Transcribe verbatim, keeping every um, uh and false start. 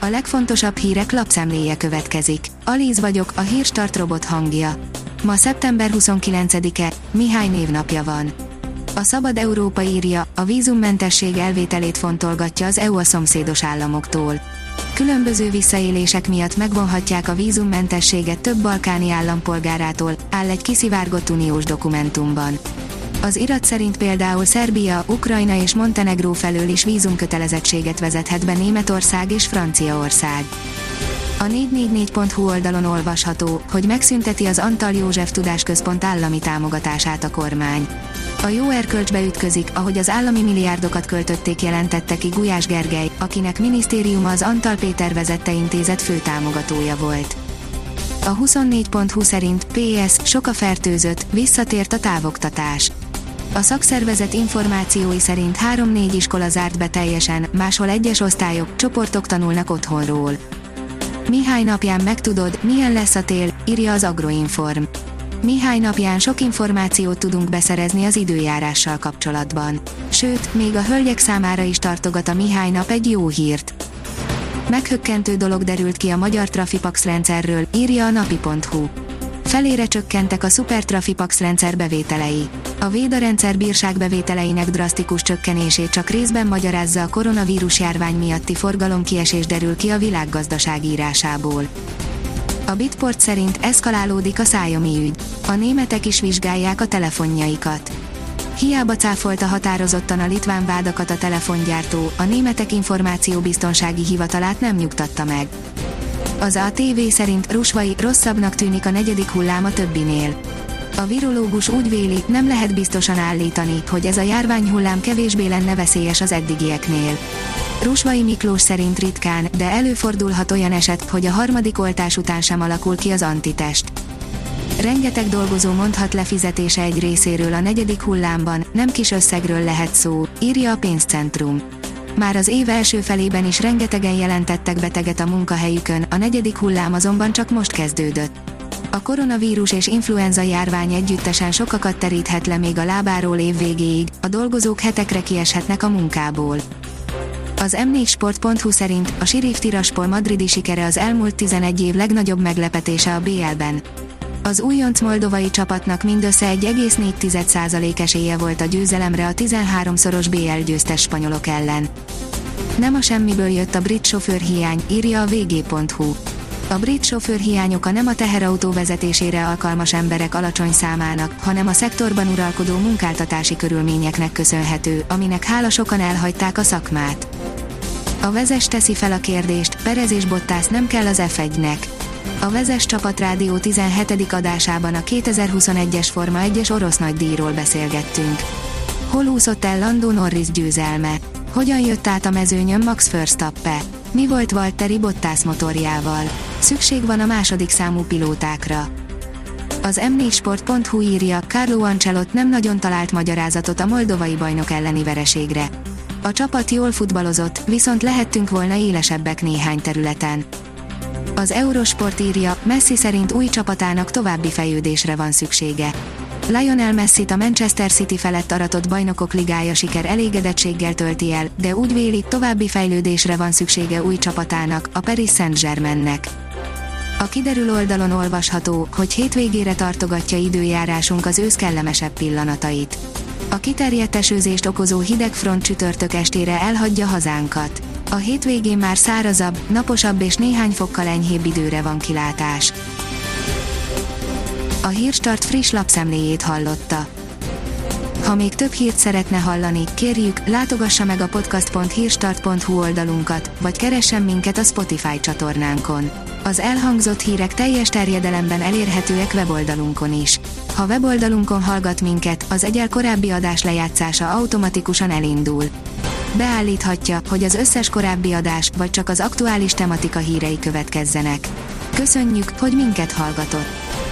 A legfontosabb hírek lapszemléje következik. Alíz vagyok, a Hírstart robot hangja. Ma szeptember huszonkilencedike, Mihály névnapja van. A Szabad Európa írja, a vízummentesség elvételét fontolgatja az é u a szomszédos államoktól. Különböző visszaélések miatt megvonhatják a vízummentességet több balkáni állampolgárától, áll egy kiszivárgott uniós dokumentumban. Az irat szerint például Szerbia, Ukrajna és Montenegró felől is vízumkötelezettséget vezethet be Németország és Franciaország. A négy négy négy pont hu oldalon olvasható, hogy megszünteti az Antal József Tudásközpont állami támogatását a kormány. A jó erkölcsbe ütközik, ahogy az állami milliárdokat költötték, jelentette ki Gulyás Gergely, akinek minisztériuma az Antal Péter vezette intézet főtámogatója volt. A huszonnégy pont hu szerint pé es sok a fertőzött, visszatért a távoktatás. A szakszervezet információi szerint három-négy iskola zárt be teljesen, máshol egyes osztályok, csoportok tanulnak otthonról. Mihály napján megtudod, milyen lesz a tél, írja az Agroinform. Mihály napján sok információt tudunk beszerezni az időjárással kapcsolatban. Sőt, még a hölgyek számára is tartogat a Mihály nap egy jó hírt. Meghökkentő dolog derült ki a magyar Trafipax rendszerről, írja a napi pont hu. Felére csökkentek a Super Trafipax rendszer bevételei. A Véda rendszer bírságbevételeinek drasztikus csökkenését csak részben magyarázza a koronavírus járvány miatti forgalomkiesés, derül ki a Világgazdaság írásából. A Bitport szerint eszkalálódik a Xiaomi ügy. A németek is vizsgálják a telefonjaikat. Hiába cáfolta határozottan a litván vádakat a telefongyártó, a németek információbiztonsági hivatalát nem nyugtatta meg. Az á té vé szerint Rusvai rosszabbnak tűnik a negyedik hullám a többinél. A virológus úgy véli, nem lehet biztosan állítani, hogy ez a járványhullám kevésbé lenne veszélyes az eddigieknél. Rusvai Miklós szerint ritkán, de előfordulhat olyan eset, hogy a harmadik oltás után sem alakul ki az antitest. Rengeteg dolgozó mondhat lefizetése egy részéről a negyedik hullámban, nem kis összegről lehet szó, írja a Pénzcentrum. Már az év első felében is rengetegen jelentettek beteget a munkahelyükön, a negyedik hullám azonban csak most kezdődött. A koronavírus és influenza járvány együttesen sokakat teríthet le még a lábáról év végéig, a dolgozók hetekre kieshetnek a munkából. Az em négy sport pont hu szerint a Sheriff Tiraspol madridi sikere az elmúlt tizenegy év legnagyobb meglepetése a bé el-ben. Az újonc moldovai csapatnak mindössze egy egész négy százalék esélye volt a győzelemre a tizenháromszoros bé el győztes spanyolok ellen. Nem a semmiből jött a brit sofőrhiány, írja a vé gé pont hu. A brit sofőrhiány oka nem a teherautó vezetésére alkalmas emberek alacsony számának, hanem a szektorban uralkodó munkáltatási körülményeknek köszönhető, aminek hála sokan elhagyták a szakmát. A Vezes teszi fel a kérdést, Perez és Bottas nem kell az ef egynek. A Vezes Csapatrádió tizenhetedik adásában a kétezer-huszonegyes Forma egyes orosz nagydíjról beszélgettünk. Hol úszott el Lando Norris győzelme? Hogyan jött át a mezőnyön Max Verstappen? Mi volt Valtteri Bottas motorjával? Szükség van a második számú pilótákra. Az em négy sport pont hu írja, Carlo Ancelotti nem nagyon talált magyarázatot a moldovai bajnok elleni vereségre. A csapat jól futballozott, viszont lehettünk volna élesebbek néhány területen. Az Eurosport írja, Messi szerint új csapatának további fejlődésre van szüksége. Lionel Messit a Manchester City felett aratott Bajnokok Ligája siker elégedettséggel tölti el, de úgy véli, további fejlődésre van szüksége új csapatának, a Paris Saint-Germainnek. A kiderül oldalon olvasható, hogy hétvégére tartogatja időjárásunk az ősz kellemesebb pillanatait. A kiterjedt esőzést okozó hideg front csütörtök estére elhagyja hazánkat. A hétvégén már szárazabb, naposabb és néhány fokkal enyhébb időre van kilátás. A Hírstart friss lapszemléjét hallotta. Ha még több hírt szeretne hallani, kérjük, látogassa meg a podcast pont hírstart pont hu oldalunkat, vagy keressen minket a Spotify csatornánkon. Az elhangzott hírek teljes terjedelemben elérhetőek weboldalunkon is. Ha weboldalunkon hallgat minket, az egyel korábbi adás lejátszása automatikusan elindul. Beállíthatja, hogy az összes korábbi adás, vagy csak az aktuális tematika hírei következzenek. Köszönjük, hogy minket hallgatott!